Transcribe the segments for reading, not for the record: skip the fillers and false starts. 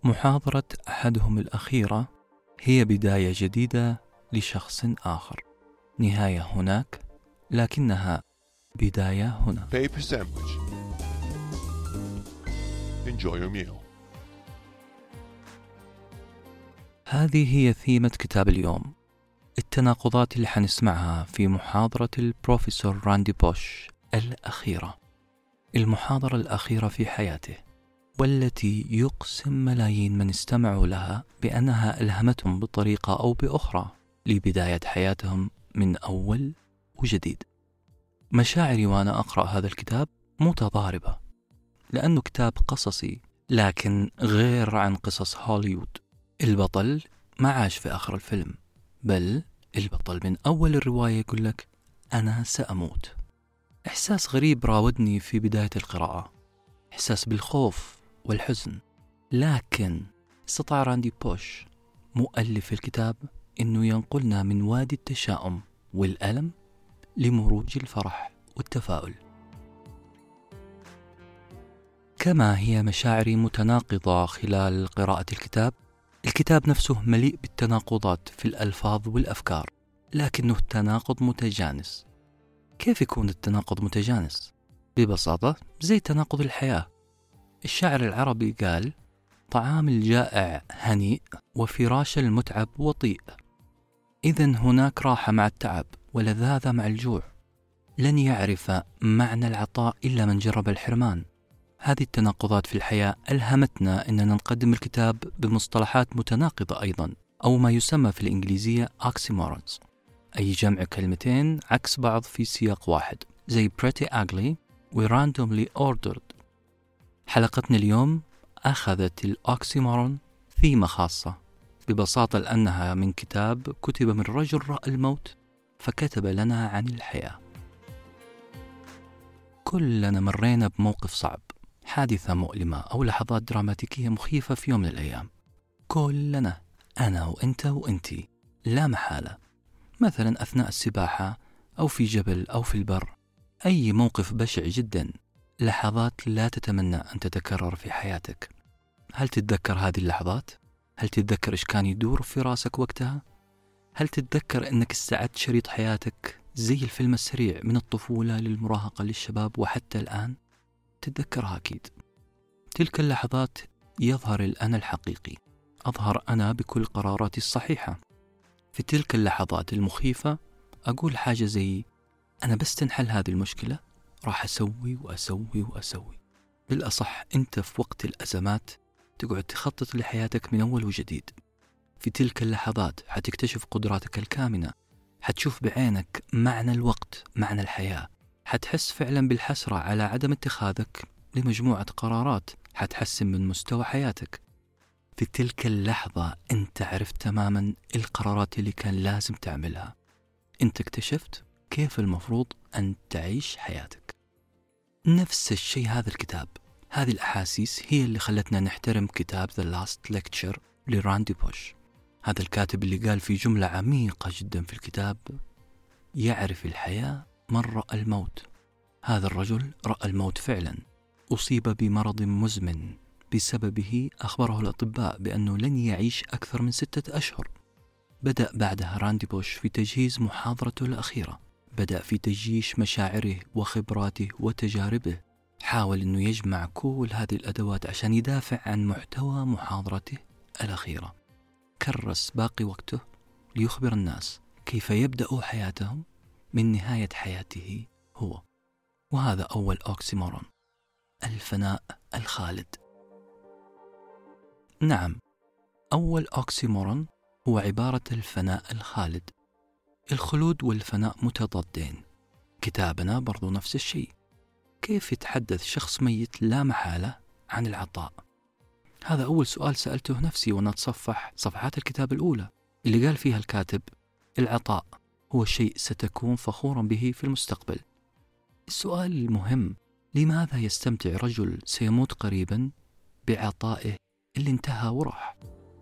محاضرة أحدهم الأخيرة هي بداية جديدة لشخص آخر. نهاية هناك، لكنها بداية هنا. Paper sandwich. Enjoy your meal. هذه هي ثيمة كتاب اليوم، التناقضات اللي حنسمعها في محاضرة البروفيسور راندي بوش الأخيرة، المحاضرة الأخيرة في حياته، والتي يقسم ملايين من استمعوا لها بأنها ألهمتهم بطريقة أو بأخرى لبداية حياتهم من أول وجديد. مشاعري وأنا أقرأ هذا الكتاب متضاربة، لأنه كتاب قصصي لكن غير عن قصص هوليوود. البطل ما عاش في آخر الفيلم، بل البطل من أول الرواية يقول لك أنا سأموت. إحساس غريب راودني في بداية القراءة، إحساس بالخوف والحزن، لكن استطاع راندي بوش مؤلف الكتاب أنه ينقلنا من وادي التشاؤم والألم لمروج الفرح والتفاؤل. كما هي مشاعري متناقضة خلال قراءة الكتاب، الكتاب نفسه مليء بالتناقضات في الألفاظ والأفكار، لكنه التناقض متجانس. كيف يكون التناقض متجانس؟ ببساطة زي تناقض الحياة. الشاعر العربي قال: طعام الجائع هنيء وفراش المتعب وطيء. إذن هناك راحة مع التعب ولذاذة مع الجوع. لن يعرف معنى العطاء إلا من جرب الحرمان. هذه التناقضات في الحياة ألهمتنا أننا نقدم الكتاب بمصطلحات متناقضة أيضا، أو ما يسمى في الإنجليزية oxymorons، أي جمع كلمتين عكس بعض في سياق واحد، زي pretty ugly و randomly ordered. حلقتنا اليوم أخذت الأوكسيمورون ثيمة خاصة، ببساطة لأنها من كتاب كتب من رجل رأى الموت فكتب لنا عن الحياة. كلنا مرينا بموقف صعب، حادثة مؤلمة أو لحظات دراماتيكية مخيفة في يوم من الأيام. كلنا، أنا وإنت وإنتي، لا محالة. مثلا أثناء السباحة أو في جبل أو في البر، أي موقف بشع جدا، لحظات لا تتمنى أن تتكرر في حياتك. هل تتذكر هذه اللحظات؟ هل تتذكر إيش كان يدور في راسك وقتها؟ هل تتذكر أنك استعدت شريط حياتك زي الفيلم السريع من الطفولة للمراهقة للشباب وحتى الآن؟ تتذكرها أكيد. تلك اللحظات يظهر الأنا الحقيقي، أظهر أنا بكل قراراتي الصحيحة. في تلك اللحظات المخيفة أقول حاجة زي: أنا بس تنحل هذه المشكلة راح أسوي وأسوي وأسوي. بالأصح أنت في وقت الأزمات تقعد تخطط لحياتك من أول وجديد. في تلك اللحظات حتكتشف قدراتك الكامنة، حتشوف بعينك معنى الوقت، معنى الحياة، حتحس فعلا بالحسرة على عدم اتخاذك لمجموعة قرارات حتحسن من مستوى حياتك. في تلك اللحظة أنت عرفت تماما القرارات اللي كان لازم تعملها. أنت اكتشفت كيف المفروض أن تعيش حياتك. نفس الشيء هذا الكتاب، هذه الأحاسيس هي اللي خلتنا نحترم كتاب The Last Lecture لراندي بوش. هذا الكاتب اللي قال في جملة عميقة جدا في الكتاب: يعرف الحياة من رأى الموت. هذا الرجل رأى الموت فعلا، أصيب بمرض مزمن بسببه أخبره الأطباء بأنه لن يعيش أكثر من 6 أشهر. بدأ بعدها راندي بوش في تجهيز محاضرته الأخيرة، بدأ في تجيش مشاعره وخبراته وتجاربه، حاول أنه يجمع كل هذه الأدوات عشان يدافع عن محتوى محاضرته الأخيرة. كرس باقي وقته ليخبر الناس كيف يبدأوا حياتهم من نهاية حياته هو. وهذا أول أوكسيمورون، الفناء الخالد. نعم، أول أوكسيمورون هو عبارة الفناء الخالد. الخلود والفناء متضادين. كتابنا برضو نفس الشيء. كيف يتحدث شخص ميت لا محالة عن العطاء؟ هذا أول سؤال سألته نفسي وأنا أتصفح صفحات الكتاب الأولى اللي قال فيها الكاتب: العطاء هو شيء ستكون فخورا به في المستقبل. السؤال المهم: لماذا يستمتع رجل سيموت قريبا بعطائه اللي انتهى وراح؟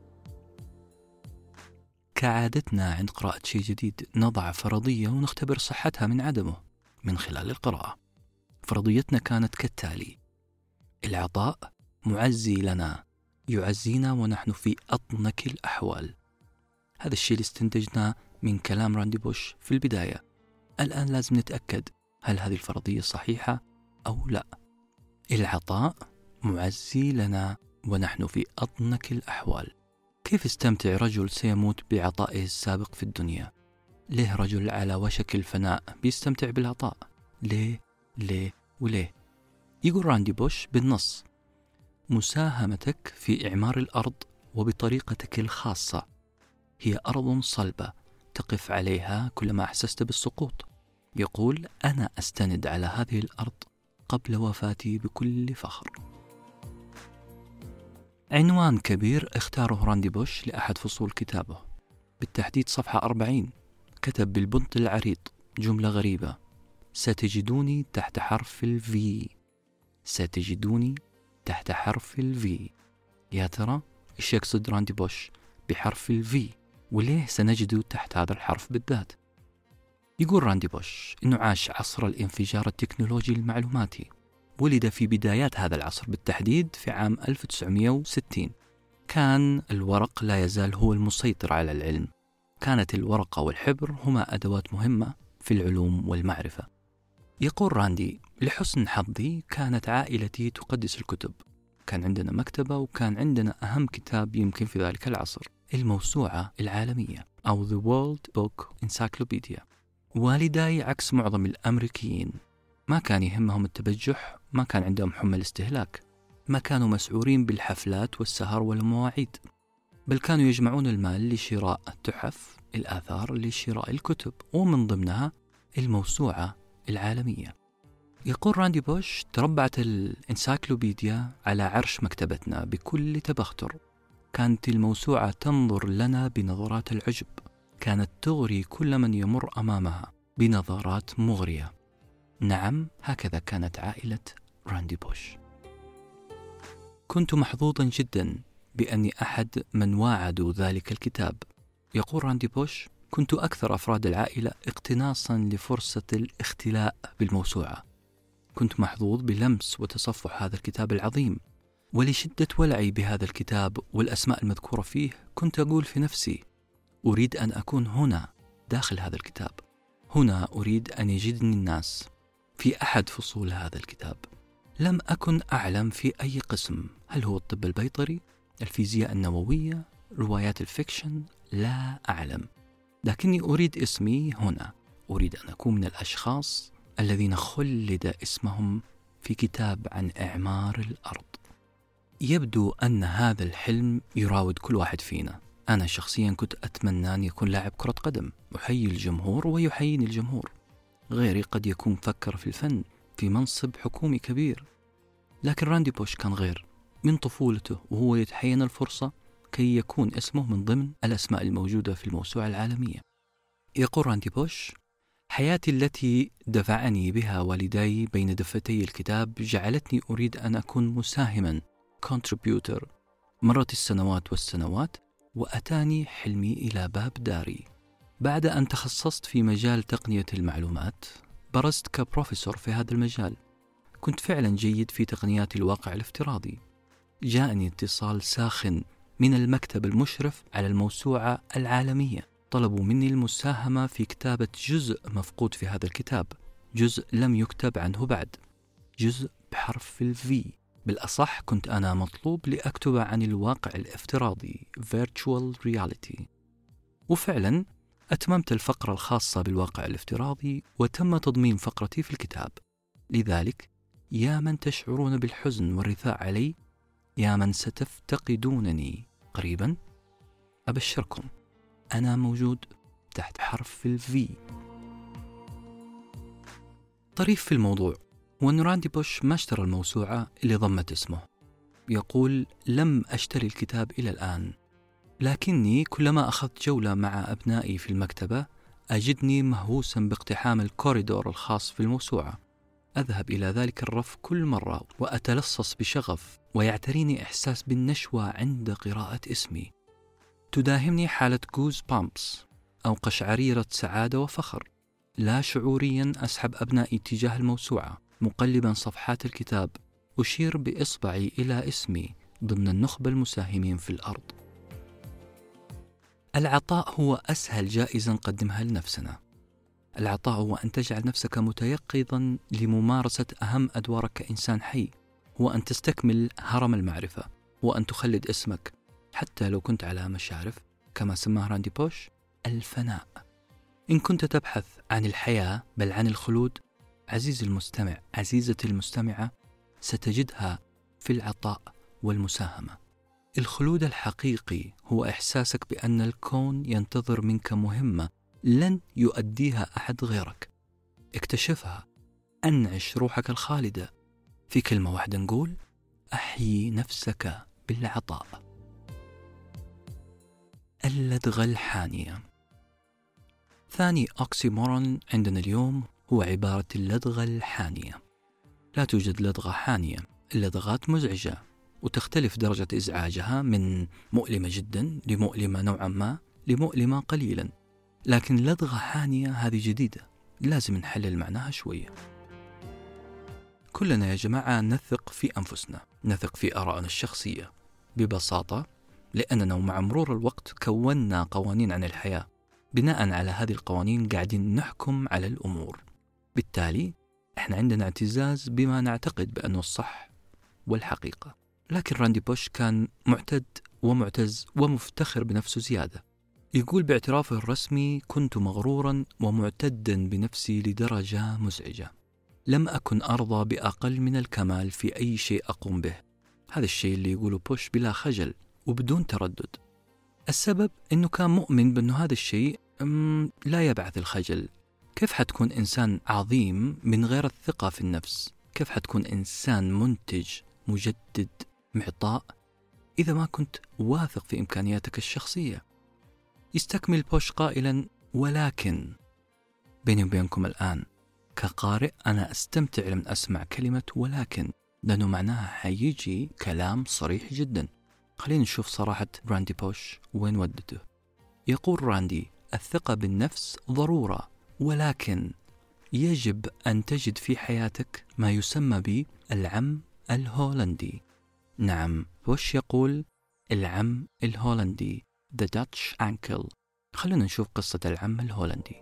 كعادتنا عند قراءة شيء جديد نضع فرضية ونختبر صحتها من عدمه من خلال القراءة. فرضيتنا كانت كالتالي: العطاء معزي لنا يعزينا ونحن في أضنك الأحوال. هذا الشيء اللي استنتجناه من كلام راندي بوش في البداية. الآن لازم نتأكد هل هذه الفرضية صحيحة أو لا. العطاء معزي لنا ونحن في أضنك الأحوال. كيف استمتع رجل سيموت بعطائه السابق في الدنيا؟ ليه رجل على وشك الفناء بيستمتع بالعطاء؟ ليه وليه؟ يقول راندي بوش بالنص: مساهمتك في إعمار الأرض وبطريقتك الخاصة هي أرض صلبة تقف عليها كلما أحسست بالسقوط. يقول: أنا أستند على هذه الأرض قبل وفاتي بكل فخر. عنوان كبير اختاره راندي بوش لأحد فصول كتابه، بالتحديد صفحة 40. كتب بالبنط العريض جملة غريبة: ستجدوني تحت حرف الفي. ستجدوني تحت حرف الفي. يا ترى إيش يقصد راندي بوش بحرف الفي؟ وليه سنجده تحت هذا الحرف بالذات؟ يقول راندي بوش إنه عاش عصر الانفجار التكنولوجي المعلوماتي. ولد في بدايات هذا العصر، بالتحديد في عام 1960. كان الورق لا يزال هو المسيطر على العلم. كانت الورقة والحبر هما أدوات مهمة في العلوم والمعرفة. يقول راندي: لحسن حظي كانت عائلتي تقدس الكتب. كان عندنا مكتبة، وكان عندنا أهم كتاب يمكن في ذلك العصر، الموسوعة العالمية أو The World Book Encyclopedia. والداي عكس معظم الأمريكيين، ما كان يهمهم التبجح، ما كان عندهم حمى الاستهلاك، ما كانوا مسعورين بالحفلات والسهر والمواعيد، بل كانوا يجمعون المال لشراء التحف، الآثار، لشراء الكتب، ومن ضمنها الموسوعة العالمية. يقول راندي بوش: تربعت الإنسايكلوبيديا على عرش مكتبتنا بكل تبختر. كانت الموسوعة تنظر لنا بنظرات العجب، كانت تغري كل من يمر أمامها بنظرات مغرية. نعم، هكذا كانت عائلة راندي بوش. كنت محظوظا جدا بأني أحد من واعدوا ذلك الكتاب. يقول راندي بوش: كنت أكثر أفراد العائلة اقتناصا لفرصة الاختلاء بالموسوعة. كنت محظوظ بلمس وتصفح هذا الكتاب العظيم، ولشدة ولعي بهذا الكتاب والأسماء المذكورة فيه كنت أقول في نفسي: أريد أن أكون هنا داخل هذا الكتاب، هنا أريد أن يجدني الناس في أحد فصول هذا الكتاب. لم أكن أعلم في أي قسم، هل هو الطب البيطري، الفيزياء النووية، روايات الفيكشن، لا أعلم، لكني أريد اسمي هنا. أريد أن أكون من الأشخاص الذين خلد اسمهم في كتاب عن إعمار الأرض. يبدو أن هذا الحلم يراود كل واحد فينا. أنا شخصيا كنت أتمنى أن يكون لاعب كرة قدم، أحيي الجمهور ويحييني الجمهور. غيري قد يكون فكر في الفن، في منصب حكومي كبير. لكن راندي بوش كان غير. من طفولته وهو يتحين الفرصة كي يكون اسمه من ضمن الأسماء الموجودة في الموسوعة العالمية. يقول راندي بوش: حياتي التي دفعني بها والداي بين دفتي الكتاب جعلتني أريد أن أكون مساهما، contributor. مرت السنوات والسنوات وأتاني حلمي إلى باب داري. بعد أن تخصصت في مجال تقنية المعلومات، برزت كبروفيسور في هذا المجال. كنت فعلا جيد في تقنيات الواقع الافتراضي. جاءني اتصال ساخن من المكتب المشرف على الموسوعة العالمية. طلبوا مني المساهمة في كتابة جزء مفقود في هذا الكتاب، جزء لم يكتب عنه بعد، جزء بحرف الفي. بالأصح كنت أنا مطلوب لأكتب عن الواقع الافتراضي Virtual Reality. وفعلا أتممت الفقرة الخاصة بالواقع الافتراضي وتم تضمين فقرتي في الكتاب. لذلك يا من تشعرون بالحزن والرثاء علي، يا من ستفتقدونني قريبا، أبشركم أنا موجود تحت حرف الفي. طريف في الموضوع هو أن راندي بوش ما اشترى الموسوعة اللي ضمت اسمه. يقول: لم أشتري الكتاب إلى الآن، لكني كلما أخذت جولة مع أبنائي في المكتبة أجدني مهووسا باقتحام الكوريدور الخاص في الموسوعة. أذهب إلى ذلك الرف كل مرة وأتلصص بشغف، ويعتريني إحساس بالنشوة عند قراءة اسمي. تداهمني حالة جوز بامبس أو قشعريرة سعادة وفخر. لا شعوريا أسحب أبنائي تجاه الموسوعة، مقلبا صفحات الكتاب، أشير بإصبعي إلى اسمي ضمن النخبة المساهمين في الأرض. العطاء هو أسهل جائزة نقدمها لنفسنا. العطاء هو أن تجعل نفسك متيقظا لممارسة أهم أدوارك كإنسان حي، هو أن تستكمل هرم المعرفة، هو أن تخلد اسمك حتى لو كنت على مشارف، كما سماه راندي بوش، الفناء. إن كنت تبحث عن الحياة بل عن الخلود، عزيزي المستمع، عزيزتي المستمعة، ستجدها في العطاء والمساهمة. الخلود الحقيقي هو إحساسك بأن الكون ينتظر منك مهمة لن يؤديها أحد غيرك. اكتشفها، أنعش روحك الخالدة. في كلمة واحدة نقول: أحيي نفسك بالعطاء. اللدغة الحانية. ثاني أوكسيمورون عندنا اليوم هو عبارة اللدغة الحانية. لا توجد لدغة حانية، اللدغات مزعجة وتختلف درجة إزعاجها من مؤلمة جدا لمؤلمة نوعا ما لمؤلمة قليلا، لكن لدغة حانية هذه جديدة، لازم نحلل معناها شوية. كلنا يا جماعة نثق في أنفسنا، نثق في آرائنا الشخصية ببساطة لأننا ومع مرور الوقت كونا قوانين عن الحياة، بناء على هذه القوانين قاعدين نحكم على الأمور. بالتالي احنا عندنا اعتزاز بما نعتقد بأنه الصح والحقيقة. لكن راندي بوش كان معتد ومعتز ومفتخر بنفسه زيادة. يقول باعترافه الرسمي: كنت مغرورا ومعتدا بنفسي لدرجة مزعجة، لم أكن أرضى بأقل من الكمال في أي شيء أقوم به. هذا الشيء اللي يقوله بوش بلا خجل وبدون تردد. السبب أنه كان مؤمن بأنه هذا الشيء لا يبعث الخجل. كيف حتكون إنسان عظيم من غير الثقة في النفس؟ كيف حتكون إنسان منتج مجدد معطاء إذا ما كنت واثق في إمكانياتك الشخصية؟ يستكمل بوش قائلا: ولكن بيني وبينكم الآن كقارئ أنا أستمتع لما أسمع كلمة ولكن، لأنه معناها حيجي كلام صريح جدا. خلينا نشوف صراحة راندي بوش وين ودته. يقول راندي: الثقة بالنفس ضرورة، ولكن يجب أن تجد في حياتك ما يسمى بالعم الهولندي. نعم، بوش يقول العم الهولندي، The Dutch Uncle. خلونا نشوف قصة العم الهولندي.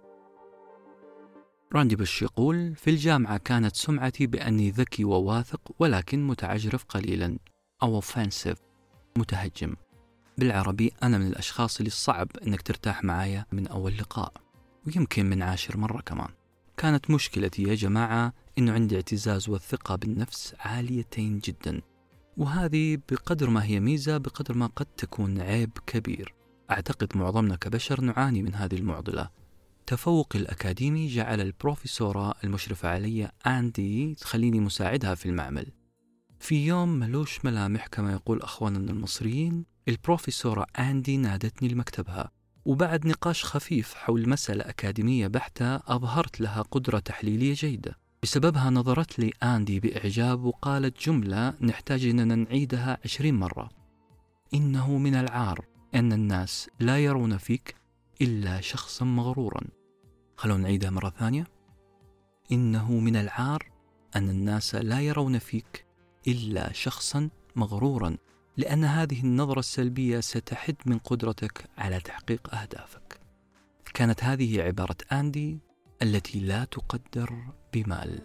راندي بوش يقول: في الجامعة كانت سمعتي بأني ذكي وواثق ولكن متعجرف قليلا، أو offensive، متهجم. بالعربي أنا من الأشخاص اللي صعب أنك ترتاح معايا من أول لقاء، ويمكن من 10 مرة كمان. كانت مشكلتي يا جماعة أنه عندي اعتزاز والثقة بالنفس عاليتين جدا، وهذه بقدر ما هي ميزة بقدر ما قد تكون عيب كبير. أعتقد معظمنا كبشر نعاني من هذه المعضلة. تفوقي الأكاديمي جعل البروفيسورة المشرفة علي آندي تخليني مساعدها في المعمل. في يوم ملوش ملامح كما يقول أخواننا المصريين، البروفيسورة آندي نادتني لمكتبها، وبعد نقاش خفيف حول مسألة أكاديمية بحتة أظهرت لها قدرة تحليلية جيدة. بسببها نظرت لي آندي بإعجاب وقالت جملة نحتاج أننا نعيدها 20 مرة: إنه من العار أن الناس لا يرون فيك إلا شخصا مغرورا. خلونا نعيدها مرة ثانية: إنه من العار أن الناس لا يرون فيك إلا شخصا مغرورا، لأن هذه النظرة السلبية ستحد من قدرتك على تحقيق أهدافك. كانت هذه عبارة آندي التي لا تقدر بمال.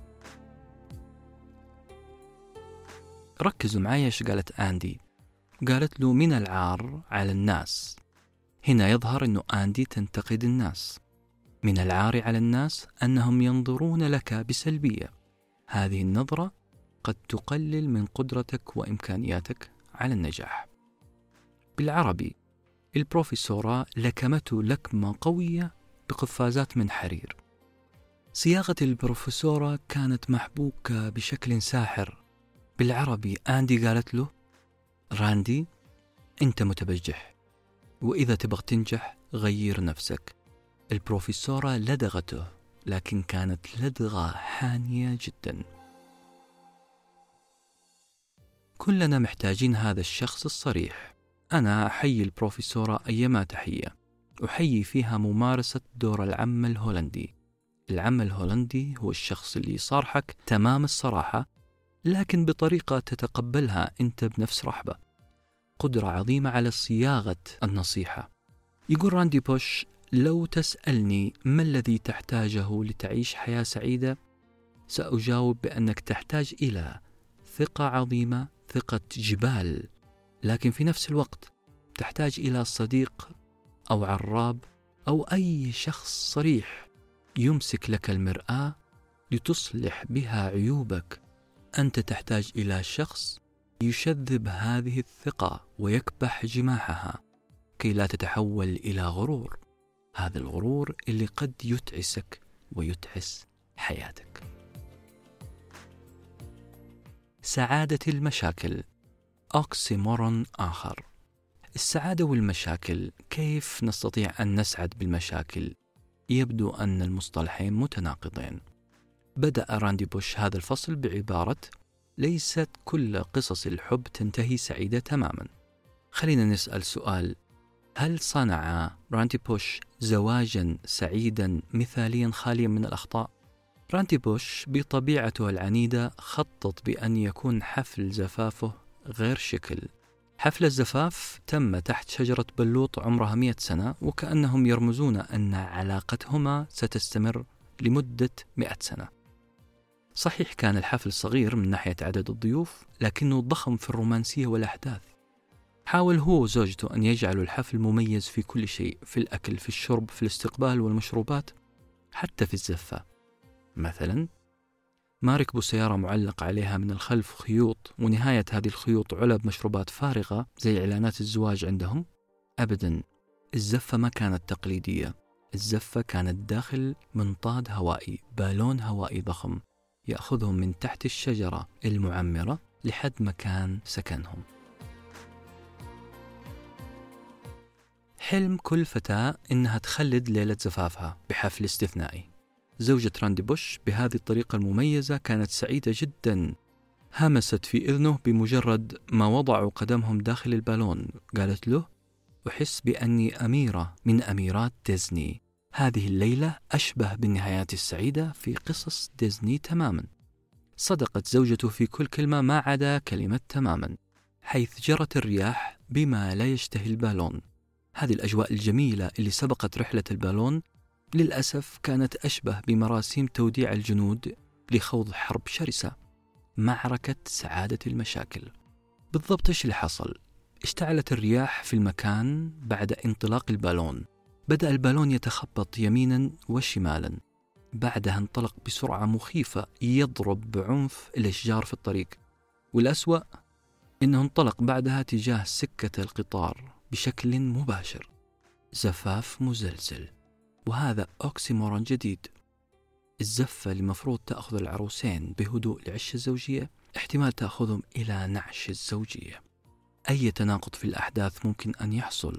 ركزوا معي ايش قالت آندي. قالت له: من العار على الناس. هنا يظهر أنه آندي تنتقد الناس. من العار على الناس أنهم ينظرون لك بسلبية. هذه النظرة قد تقلل من قدرتك وإمكانياتك على النجاح. بالعربي البروفيسورة لكمته لكمة قوية بقفازات من حرير. صياغة البروفيسورة كانت محبوكة بشكل ساحر. بالعربي آندي قالت له: راندي، أنت متبجح، وإذا تبغى تنجح غير نفسك. البروفيسورة لدغته، لكن كانت لدغة حانية جدا. كلنا محتاجين هذا الشخص الصريح. أنا أحيي البروفيسورة أيما تحية، أحيي فيها ممارسة دور العم الهولندي. العم الهولندي هو الشخص اللي يصارحك تمام الصراحة، لكن بطريقة تتقبلها أنت بنفس رحبة. قدرة عظيمة على صياغة النصيحة. يقول راندي بوش: لو تسألني ما الذي تحتاجه لتعيش حياة سعيدة، سأجاوب بأنك تحتاج إلى ثقة عظيمة، ثقة جبال، لكن في نفس الوقت تحتاج إلى صديق أو عراب أو أي شخص صريح يمسك لك المرآة لتصلح بها عيوبك. أنت تحتاج إلى شخص يشذب هذه الثقة ويكبح جماحها كي لا تتحول إلى غرور، هذا الغرور اللي قد يتعسك ويتعس حياتك. سعادة المشاكل، أوكسيمورون آخر. السعادة والمشاكل، كيف نستطيع أن نسعد بالمشاكل؟ يبدو أن المصطلحين متناقضين. بدأ راندي بوش هذا الفصل بعبارة: ليست كل قصص الحب تنتهي سعيدة تماما. خلينا نسأل سؤال: هل صنع راندي بوش زواجا سعيدا مثاليا خاليا من الأخطاء؟ راندي بوش بطبيعته العنيدة خطط بأن يكون حفل زفافه غير شكل. حفل الزفاف تم تحت شجرة بلوط عمرها 100 سنة، وكأنهم يرمزون أن علاقتهما ستستمر لمدة 100 سنة. صحيح كان الحفل صغير من ناحية عدد الضيوف، لكنه ضخم في الرومانسية والأحداث. حاول هو وزوجته أن يجعلوا الحفل مميز في كل شيء، في الأكل، في الشرب، في الاستقبال والمشروبات، حتى في الزفة. مثلا ما ركبوا سيارة معلق عليها من الخلف خيوط ونهاية هذه الخيوط علب مشروبات فارغة زي إعلانات الزواج عندهم. أبدا، الزفة ما كانت تقليدية. الزفة كانت داخل منطاد هوائي، بالون هوائي ضخم يأخذهم من تحت الشجرة المعمرة لحد مكان سكنهم. حلم كل فتاة إنها تخلد ليلة زفافها بحفل استثنائي. زوجة راندي بوش بهذه الطريقة المميزة كانت سعيدة جدا. همست في إذنه بمجرد ما وضعوا قدمهم داخل البالون. قالت له: أحس بأني أميرة من أميرات ديزني. هذه الليلة أشبه بالنهايات السعيدة في قصص ديزني تماما. صدقت زوجته في كل كلمة ما عدا كلمة تماما، حيث جرت الرياح بما لا يشتهي البالون. هذه الأجواء الجميلة اللي سبقت رحلة البالون للأسف كانت أشبه بمراسيم توديع الجنود لخوض حرب شرسة، معركة سعادة المشاكل. بالضبط إيش اللي حصل؟ اشتعلت الرياح في المكان بعد انطلاق البالون. بدأ البالون يتخبط يمينا وشمالا، بعدها انطلق بسرعة مخيفة يضرب بعنف الأشجار في الطريق، والأسوأ إنه انطلق بعدها تجاه سكة القطار بشكل مباشر. زفاف مزلزل. وهذا أوكسيمورون جديد. الزفة اللي مفروض تأخذ العروسين بهدوء لعش الزوجية، احتمال تأخذهم إلى نعش الزوجية. أي تناقض في الأحداث ممكن أن يحصل.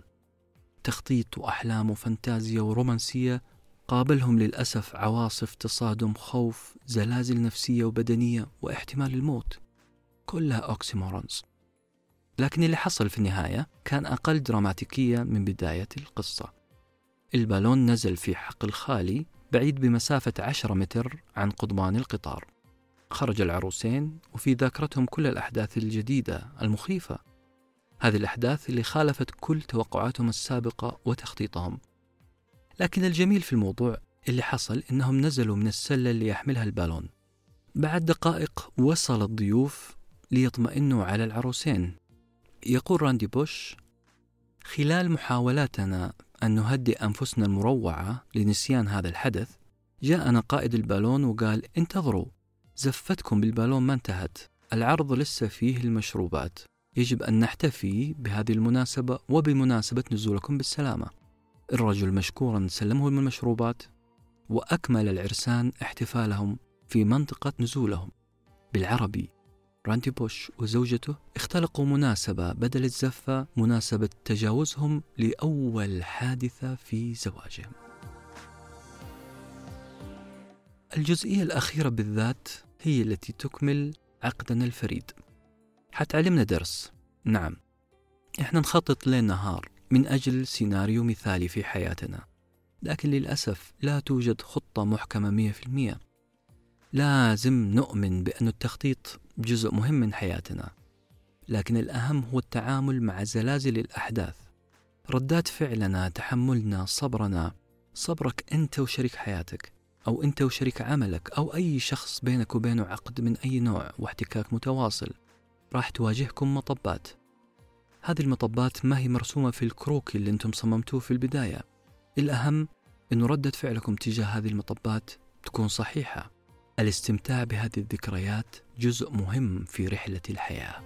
تخطيط وأحلام وفانتازيا ورومانسية قابلهم للأسف عواصف تصادم، خوف، زلازل نفسية وبدنية، واحتمال الموت. كلها أوكسيمورونز. لكن اللي حصل في النهاية كان أقل دراماتيكية من بداية القصة. البالون نزل في حقل خالي بعيد بمسافة 10 متر عن قضبان القطار. خرج العروسين وفي ذاكرتهم كل الأحداث الجديدة المخيفة، هذه الأحداث اللي خالفت كل توقعاتهم السابقة وتخطيطهم. لكن الجميل في الموضوع اللي حصل إنهم نزلوا من السلة اللي يحملها البالون. بعد دقائق وصل الضيوف ليطمئنوا على العروسين. يقول راندي بوش: خلال محاولاتنا أن نهدئ أنفسنا المروعة لنسيان هذا الحدث، جاءنا قائد البالون وقال: انتظروا، زفتكم بالبالون ما انتهت، العرض لسه فيه المشروبات، يجب أن نحتفي بهذه المناسبة وبمناسبة نزولكم بالسلامة. الرجل مشكورا سلمهم المشروبات، وأكمل العرسان احتفالهم في منطقة نزولهم. بالعربي، راندي بوش وزوجته اختلقوا مناسبة بدل الزفة، مناسبة تجاوزهم لأول حادثة في زواجهم. الجزئية الأخيرة بالذات هي التي تكمل عقدنا الفريد. حتعلمنا درس. نعم، إحنا نخطط ليل نهار من أجل سيناريو مثالي في حياتنا، لكن للأسف لا توجد خطة محكمة 100%. لازم نؤمن بأن التخطيط جزء مهم من حياتنا، لكن الأهم هو التعامل مع زلازل الأحداث. ردات فعلنا، تحملنا، صبرنا، صبرك أنت وشريك حياتك، أو أنت وشريك عملك، أو أي شخص بينك وبينه عقد من أي نوع واحتكاك متواصل، راح تواجهكم مطبات. هذه المطبات ما هي مرسومة في الكروكي اللي أنتم صممتوه في البداية. الأهم أنه ردة فعلكم تجاه هذه المطبات تكون صحيحة. الاستمتاع بهذه الذكريات جزء مهم في رحلة الحياة.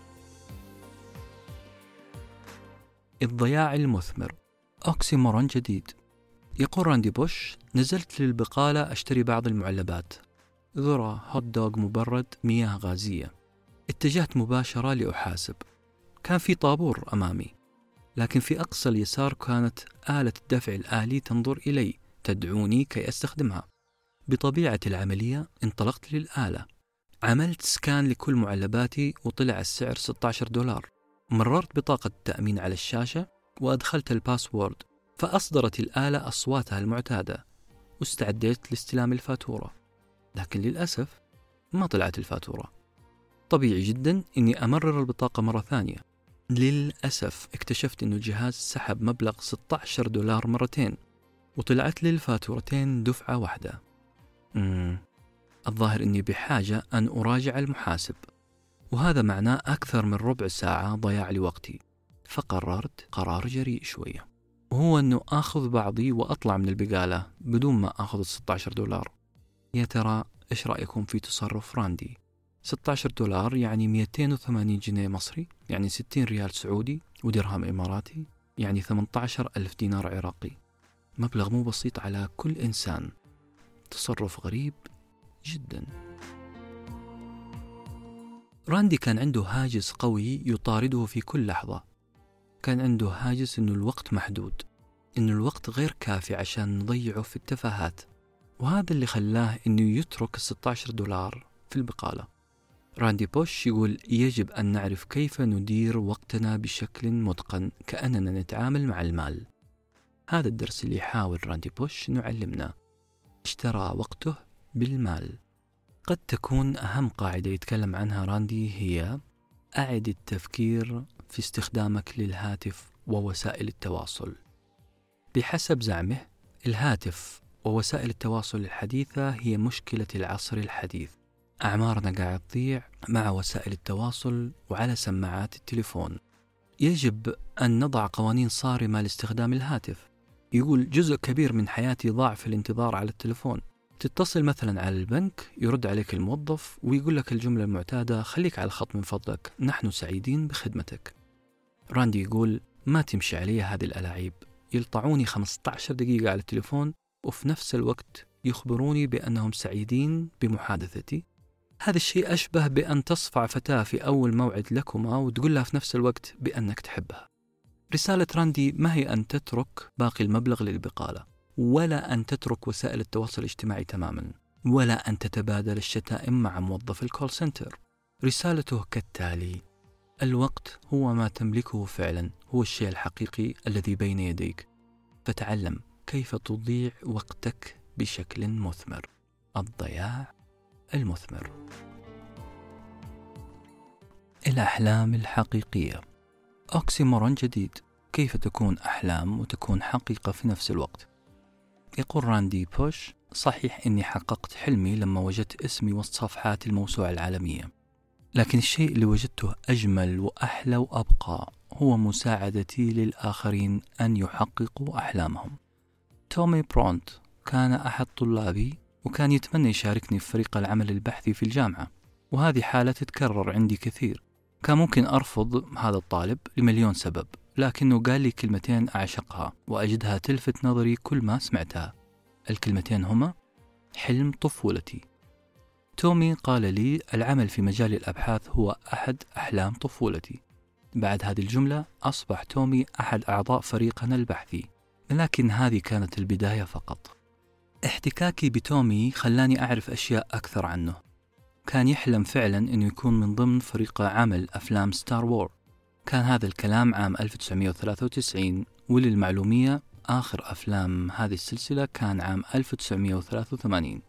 الضياع المثمر، أوكسيمورون جديد. يقول راندي بوش: نزلت للبقالة أشتري بعض المعلبات، ذرة، هوت دوغ مبرد، مياه غازية. اتجهت مباشرة لأحاسب. كان في طابور أمامي، لكن في أقصى اليسار كانت آلة الدفع الآلي تنظر إلي، تدعوني كي أستخدمها. بطبيعة العملية انطلقت للآلة، عملت سكان لكل معلباتي وطلع السعر $16. مررت بطاقة التأمين على الشاشة وأدخلت الباسورد، فأصدرت الآلة أصواتها المعتادة، واستعديت لاستلام الفاتورة. لكن للأسف ما طلعت الفاتورة. طبيعي جدا أني أمرر البطاقة مرة ثانية. للأسف اكتشفت أن الجهاز سحب مبلغ $16 مرتين، وطلعت لي الفاتورتين دفعة واحدة. الظاهر أني بحاجة أن أراجع المحاسب، وهذا معناه أكثر من ربع ساعة ضياع لوقتي. فقررت قرار جريء شوية، وهو أنه أخذ بعضي وأطلع من البقالة بدون ما أخذ $16. يا ترى إيش رأيكم في تصرف راندي؟ $16 يعني 280 جنيه مصري، يعني 60 ريال سعودي، ودرهم إماراتي يعني 18,000 دينار عراقي. مبلغ مو بسيط على كل إنسان. تصرف غريب جدا. راندي كان عنده هاجس قوي يطارده في كل لحظة. كان عنده هاجس إنه الوقت محدود، إنه الوقت غير كافي عشان نضيعه في التفاهات، وهذا اللي خلاه إنه يترك $16 في البقالة. راندي بوش يقول: يجب أن نعرف كيف ندير وقتنا بشكل متقن، كأننا نتعامل مع المال. هذا الدرس اللي يحاول راندي بوش إنه يعلمنا. اشترى وقته بالمال. قد تكون أهم قاعدة يتكلم عنها راندي هي: أعد التفكير في استخدامك للهاتف ووسائل التواصل. بحسب زعمه، الهاتف ووسائل التواصل الحديثة هي مشكلة العصر الحديث. أعمارنا قاعد تضيع مع وسائل التواصل وعلى سماعات التليفون. يجب أن نضع قوانين صارمة لاستخدام الهاتف. يقول: جزء كبير من حياتي ضاع في الانتظار على التليفون. تتصل مثلا على البنك، يرد عليك الموظف ويقول لك الجملة المعتادة: خليك على الخط من فضلك، نحن سعيدين بخدمتك. راندي يقول: ما تمشي علي هذه الألاعيب. يلطعوني 15 دقيقة على التليفون وفي نفس الوقت يخبروني بأنهم سعيدين بمحادثتي. هذا الشيء أشبه بأن تصفع فتاة في أول موعد لكما وتقول لها في نفس الوقت بأنك تحبها. رسالة راندي ما هي أن تترك باقي المبلغ للبقالة، ولا أن تترك وسائل التواصل الاجتماعي تماما، ولا أن تتبادل الشتائم مع موظف الكول سنتر. رسالته كالتالي: الوقت هو ما تملكه فعلا، هو الشيء الحقيقي الذي بين يديك، فتعلم كيف تضيع وقتك بشكل مثمر. الضياع المثمر. الأحلام الحقيقية، أوكسيمورون جديد. كيف تكون أحلام وتكون حقيقة في نفس الوقت؟ يقول راندي بوش: صحيح إني حققت حلمي لما وجدت اسمي وسط صفحات الموسوعة العالمية، لكن الشيء اللي وجدته أجمل وأحلى وأبقى هو مساعدتي للآخرين أن يحققوا أحلامهم. تومي برونت كان أحد طلابي، وكان يتمنى يشاركني في فريق العمل البحثي في الجامعة، وهذه حالة تتكرر عندي كثير. كان ممكن أرفض هذا الطالب لمليون سبب، لكنه قال لي كلمتين أعشقها وأجدها تلفت نظري كل ما سمعتها. الكلمتين هما: حلم طفولتي. تومي قال لي: العمل في مجال الأبحاث هو أحد أحلام طفولتي. بعد هذه الجملة أصبح تومي أحد أعضاء فريقنا البحثي، لكن هذه كانت البداية فقط. احتكاكي بتومي خلاني أعرف أشياء أكثر عنه. كان يحلم فعلا أنه يكون من ضمن فريق عمل أفلام ستار وور. كان هذا الكلام عام 1993، وللمعلومية آخر أفلام هذه السلسلة كان عام 1983.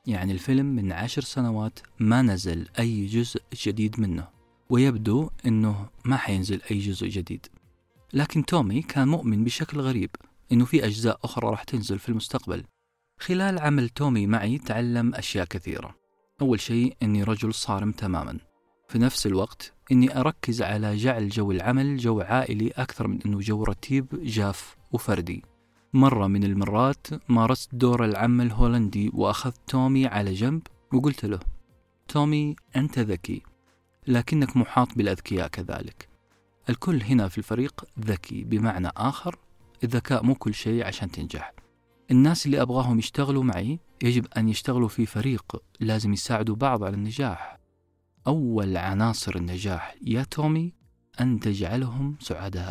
يعني الفيلم من 10 سنوات ما نزل أي جزء جديد منه، ويبدو أنه ما حينزل أي جزء جديد. لكن تومي كان مؤمن بشكل غريب أنه في أجزاء أخرى راح تنزل في المستقبل. خلال عمل تومي معي تعلم أشياء كثيرة. أول شيء أني رجل صارم تماما، في نفس الوقت أني أركز على جعل جو العمل جو عائلي أكثر من أنه جو رتيب جاف وفردي. مرة من المرات مارست دور العم الهولندي وأخذت تومي على جنب وقلت له: تومي، أنت ذكي، لكنك محاط بالأذكياء كذلك. الكل هنا في الفريق ذكي، بمعنى آخر الذكاء مو كل شيء عشان تنجح. الناس اللي أبغاهم يشتغلوا معي يجب أن يشتغلوا في فريق، لازم يساعدوا بعض على النجاح. أول عناصر النجاح يا تومي أن تجعلهم سعداء.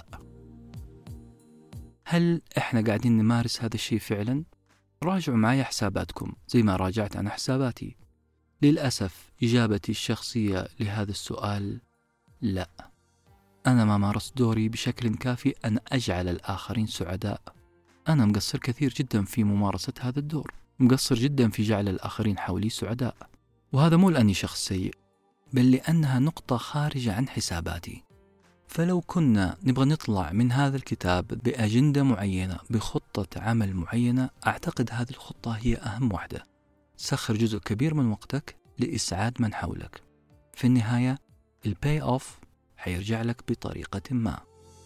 هل إحنا قاعدين نمارس هذا الشيء فعلا؟ راجعوا معي حساباتكم زي ما راجعت أنا حساباتي. للأسف إجابتي الشخصية لهذا السؤال لا. أنا ما مارست دوري بشكل كافي أن أجعل الآخرين سعداء. أنا مقصر كثير جدا في ممارسة هذا الدور، مقصر جدا في جعل الآخرين حولي سعداء. وهذا مو لأني شخص سيء، بل لأنها نقطة خارجة عن حساباتي. فلو كنا نبغى نطلع من هذا الكتاب بأجندة معينة، بخطة عمل معينة، أعتقد هذه الخطة هي أهم واحدة. سخر جزء كبير من وقتك لإسعاد من حولك. في النهاية الباي أوف حيرجع لك بطريقة ما.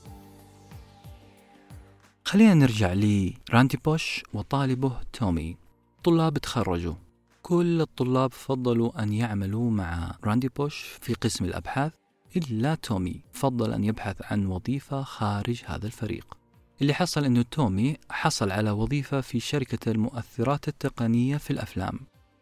خلينا نرجع لراندي بوش وطالبه تومي. طلاب تخرجوا، كل الطلاب فضلوا أن يعملوا مع راندي بوش في قسم الأبحاث، إلا تومي فضل أن يبحث عن وظيفة خارج هذا الفريق. اللي حصل أنه تومي حصل على وظيفة في شركة المؤثرات التقنية في الأفلام.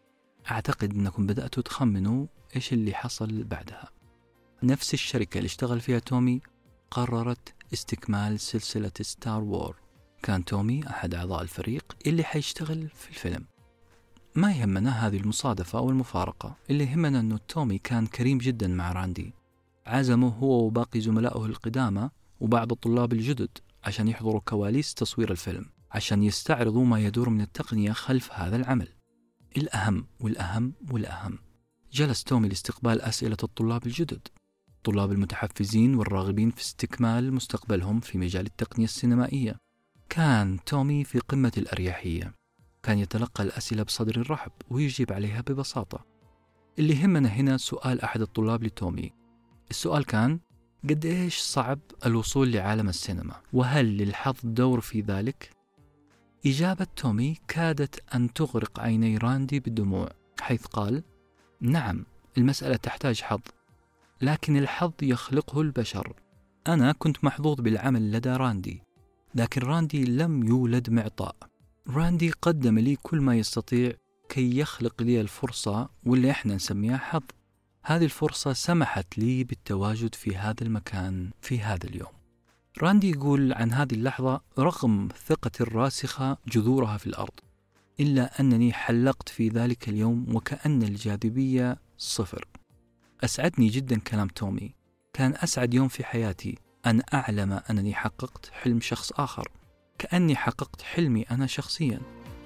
أعتقد أنكم بدأتوا تخمنوا إيش اللي حصل بعدها. نفس الشركة اللي اشتغل فيها تومي قررت استكمال سلسلة ستار وور. كان تومي أحد أعضاء الفريق اللي حيشتغل في الفيلم. ما يهمنا هذه المصادفة أو المفارقة، اللي يهمنا أنه تومي كان كريم جدا مع راندي. عزمه هو وباقي زملائه القدامى وبعض الطلاب الجدد عشان يحضروا كواليس تصوير الفيلم، عشان يستعرضوا ما يدور من التقنية خلف هذا العمل. الأهم والأهم والأهم، جلس تومي لاستقبال أسئلة الطلاب الجدد، الطلاب المتحفزين والراغبين في استكمال مستقبلهم في مجال التقنية السينمائية. كان تومي في قمة الأريحية، كان يتلقى الأسئلة بصدر رحب ويجيب عليها ببساطة. اللي يهمنا هنا سؤال أحد الطلاب لتومي. السؤال كان: قد إيش صعب الوصول لعالم السينما؟ وهل للحظ دور في ذلك؟ إجابة تومي كادت أن تغرق عيني راندي بالدموع، حيث قال: نعم، المسألة تحتاج حظ، لكن الحظ يخلقه البشر. أنا كنت محظوظ بالعمل لدى راندي، لكن راندي لم يولد معطاء. راندي قدم لي كل ما يستطيع كي يخلق لي الفرصة، واللي احنا نسميها حظ. هذه الفرصة سمحت لي بالتواجد في هذا المكان في هذا اليوم. راندي يقول عن هذه اللحظة: رغم ثقتي الراسخة جذورها في الأرض، إلا أنني حلقت في ذلك اليوم وكأن الجاذبية صفر. أسعدني جدا كلام تومي. كان أسعد يوم في حياتي أن أعلم أنني حققت حلم شخص آخر، كأني حققت حلمي أنا شخصيا.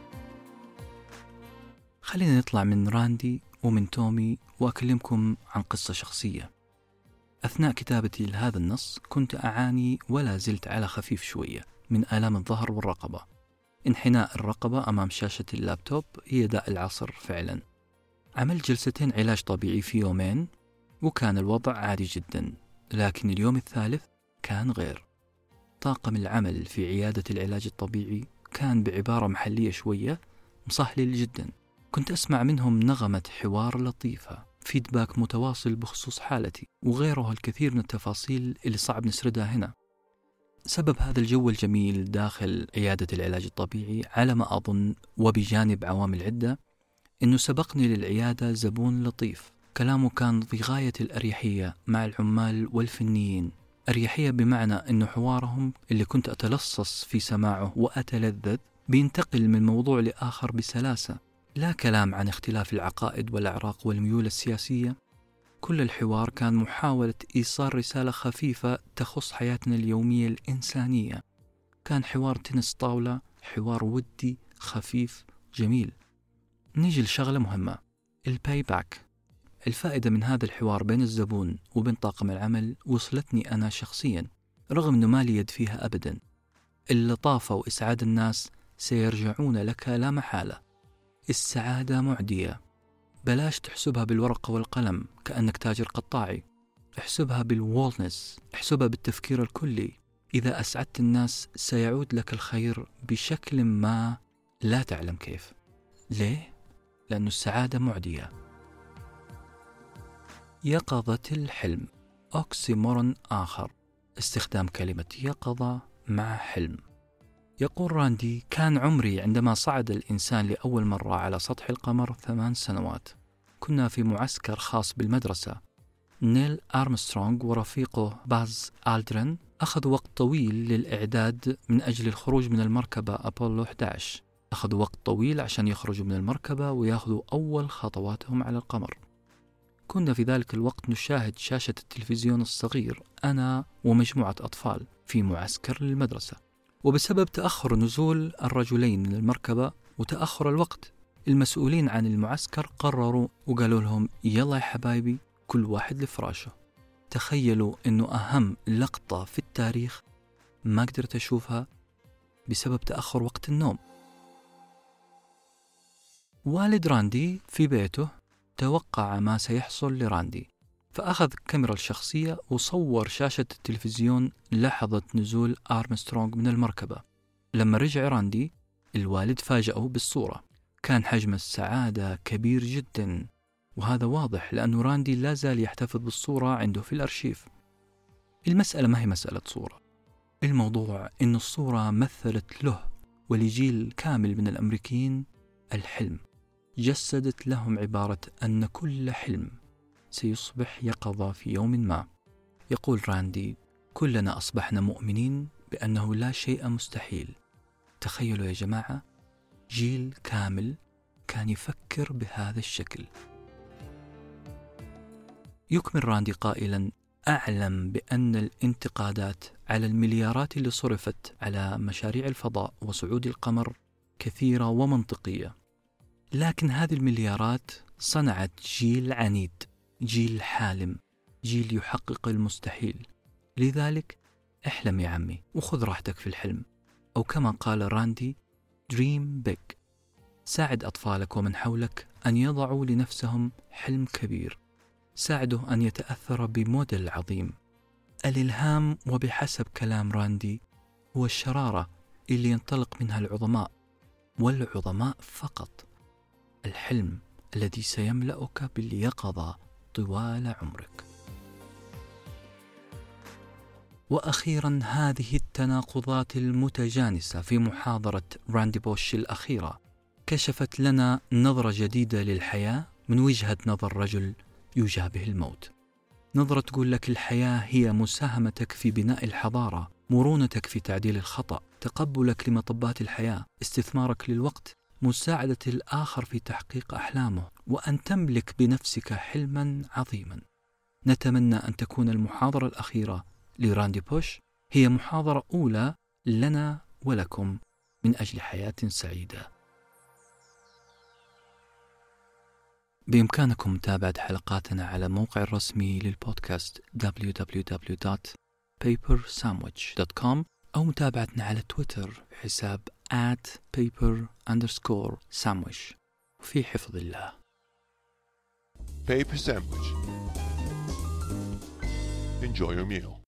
خلينا نطلع من راندي ومن تومي وأكلمكم عن قصة شخصية. أثناء كتابتي لهذا النص كنت أعاني ولا زلت على خفيف شوية من آلام الظهر والرقبة. انحناء الرقبة أمام شاشة اللابتوب هي داء العصر فعلا. عملت جلستين علاج طبيعي في يومين وكان الوضع عادي جدا، لكن اليوم الثالث كان غير. طاقم العمل في عيادة العلاج الطبيعي كان بعبارة محلية شوية مصهلل جدا. كنت أسمع منهم نغمة حوار لطيفة، فيدباك متواصل بخصوص حالتي، وغيرها الكثير من التفاصيل اللي صعب نسردها هنا. سبب هذا الجو الجميل داخل عيادة العلاج الطبيعي على ما أظن، وبجانب عوامل عدة، إنه سبقني للعيادة زبون لطيف. كلامه كان في غاية الأريحية مع العمال والفنيين. أريحية بمعنى إنه حوارهم اللي كنت أتلصص في سماعه وأتلذذ بينتقل من موضوع لآخر بسلاسة. لا كلام عن اختلاف العقائد والأعراق والميول السياسية. كل الحوار كان محاولة إيصال رسالة خفيفة تخص حياتنا اليومية الإنسانية. كان حوار تنس طاولة، حوار ودي خفيف جميل. نيجي لشغلة مهمة، الباي باك. الفائدة من هذا الحوار بين الزبون وبين طاقم العمل وصلتني أنا شخصيا رغم أنه ما لي يد فيها أبدا. اللطافة وإسعاد الناس سيرجعون لك لا محالة. السعادة معدية، بلاش تحسبها بالورقة والقلم كأنك تاجر قطاعي، احسبها بالوولنس، احسبها بالتفكير الكلي. إذا أسعدت الناس سيعود لك الخير بشكل ما لا تعلم كيف. ليه؟ لأن السعادة معدية. يقظة الحلم، أوكسيمورون آخر، استخدام كلمة يقظة مع حلم. يقول راندي: كان عمري عندما صعد الإنسان لأول مرة على سطح القمر 8 سنوات. كنا في معسكر خاص بالمدرسة. نيل أرمسترونغ ورفيقه باز ألدرين أخذوا وقت طويل للإعداد من أجل الخروج من المركبة أبولو 11. أخذوا وقت طويل عشان يخرجوا من المركبة ويأخذوا أول خطواتهم على القمر. كنا في ذلك الوقت نشاهد شاشة التلفزيون الصغير أنا ومجموعة أطفال في معسكر المدرسة. وبسبب تأخر نزول الرجلين من المركبة وتأخر الوقت، المسؤولين عن المعسكر قرروا وقالوا لهم: يلا يا حبايبي كل واحد لفراشه. تخيلوا أنه أهم لقطة في التاريخ ما قدرت أشوفها بسبب تأخر وقت النوم. والد راندي في بيته توقع ما سيحصل لراندي، فأخذ الكاميرا الشخصية وصور شاشة التلفزيون لحظة نزول أرمسترونغ من المركبة. لما رجع راندي الوالد فاجأه بالصورة. كان حجم السعادة كبير جدا، وهذا واضح لأنه راندي لا زال يحتفظ بالصورة عنده في الأرشيف. المسألة ما هي مسألة صورة، الموضوع إن الصورة مثلت له ولجيل كامل من الأمريكيين الحلم، جسدت لهم عبارة أن كل حلم سيصبح يقظة في يوم ما. يقول راندي: كلنا أصبحنا مؤمنين بأنه لا شيء مستحيل. تخيلوا يا جماعة، جيل كامل كان يفكر بهذا الشكل. يكمل راندي قائلا: أعلم بأن الانتقادات على المليارات اللي صرفت على مشاريع الفضاء وصعود القمر كثيرة ومنطقية، لكن هذه المليارات صنعت جيل عنيد، جيل حالم، جيل يحقق المستحيل. لذلك احلم يا عمي وخذ راحتك في الحلم، أو كما قال راندي: Dream big. ساعد أطفالك ومن حولك أن يضعوا لنفسهم حلم كبير. ساعده أن يتأثر بموديل عظيم. الإلهام، وبحسب كلام راندي، هو الشرارة اللي ينطلق منها العظماء، والعظماء فقط. الحلم الذي سيملأك باليقظة طوال عمرك. وأخيرا، هذه التناقضات المتجانسة في محاضرة راندي بوش الأخيرة كشفت لنا نظرة جديدة للحياة من وجهة نظر رجل يجابه الموت. نظرة تقول لك الحياة هي مساهمتك في بناء الحضارة، مرونتك في تعديل الخطأ، تقبلك لمطبات الحياة، استثمارك للوقت، مساعدة الآخر في تحقيق أحلامه، وأن تملك بنفسك حلما عظيما. نتمنى أن تكون المحاضرة الأخيرة لراندي بوش هي محاضرة أولى لنا ولكم من أجل حياة سعيدة. بإمكانكم متابعة حلقاتنا على الموقع الرسمي للبودكاست www.papersandwich.com، أو متابعتنا على تويتر بحساب @paper_sandwich. في حفظ الله. Paper Sandwich. Enjoy your meal.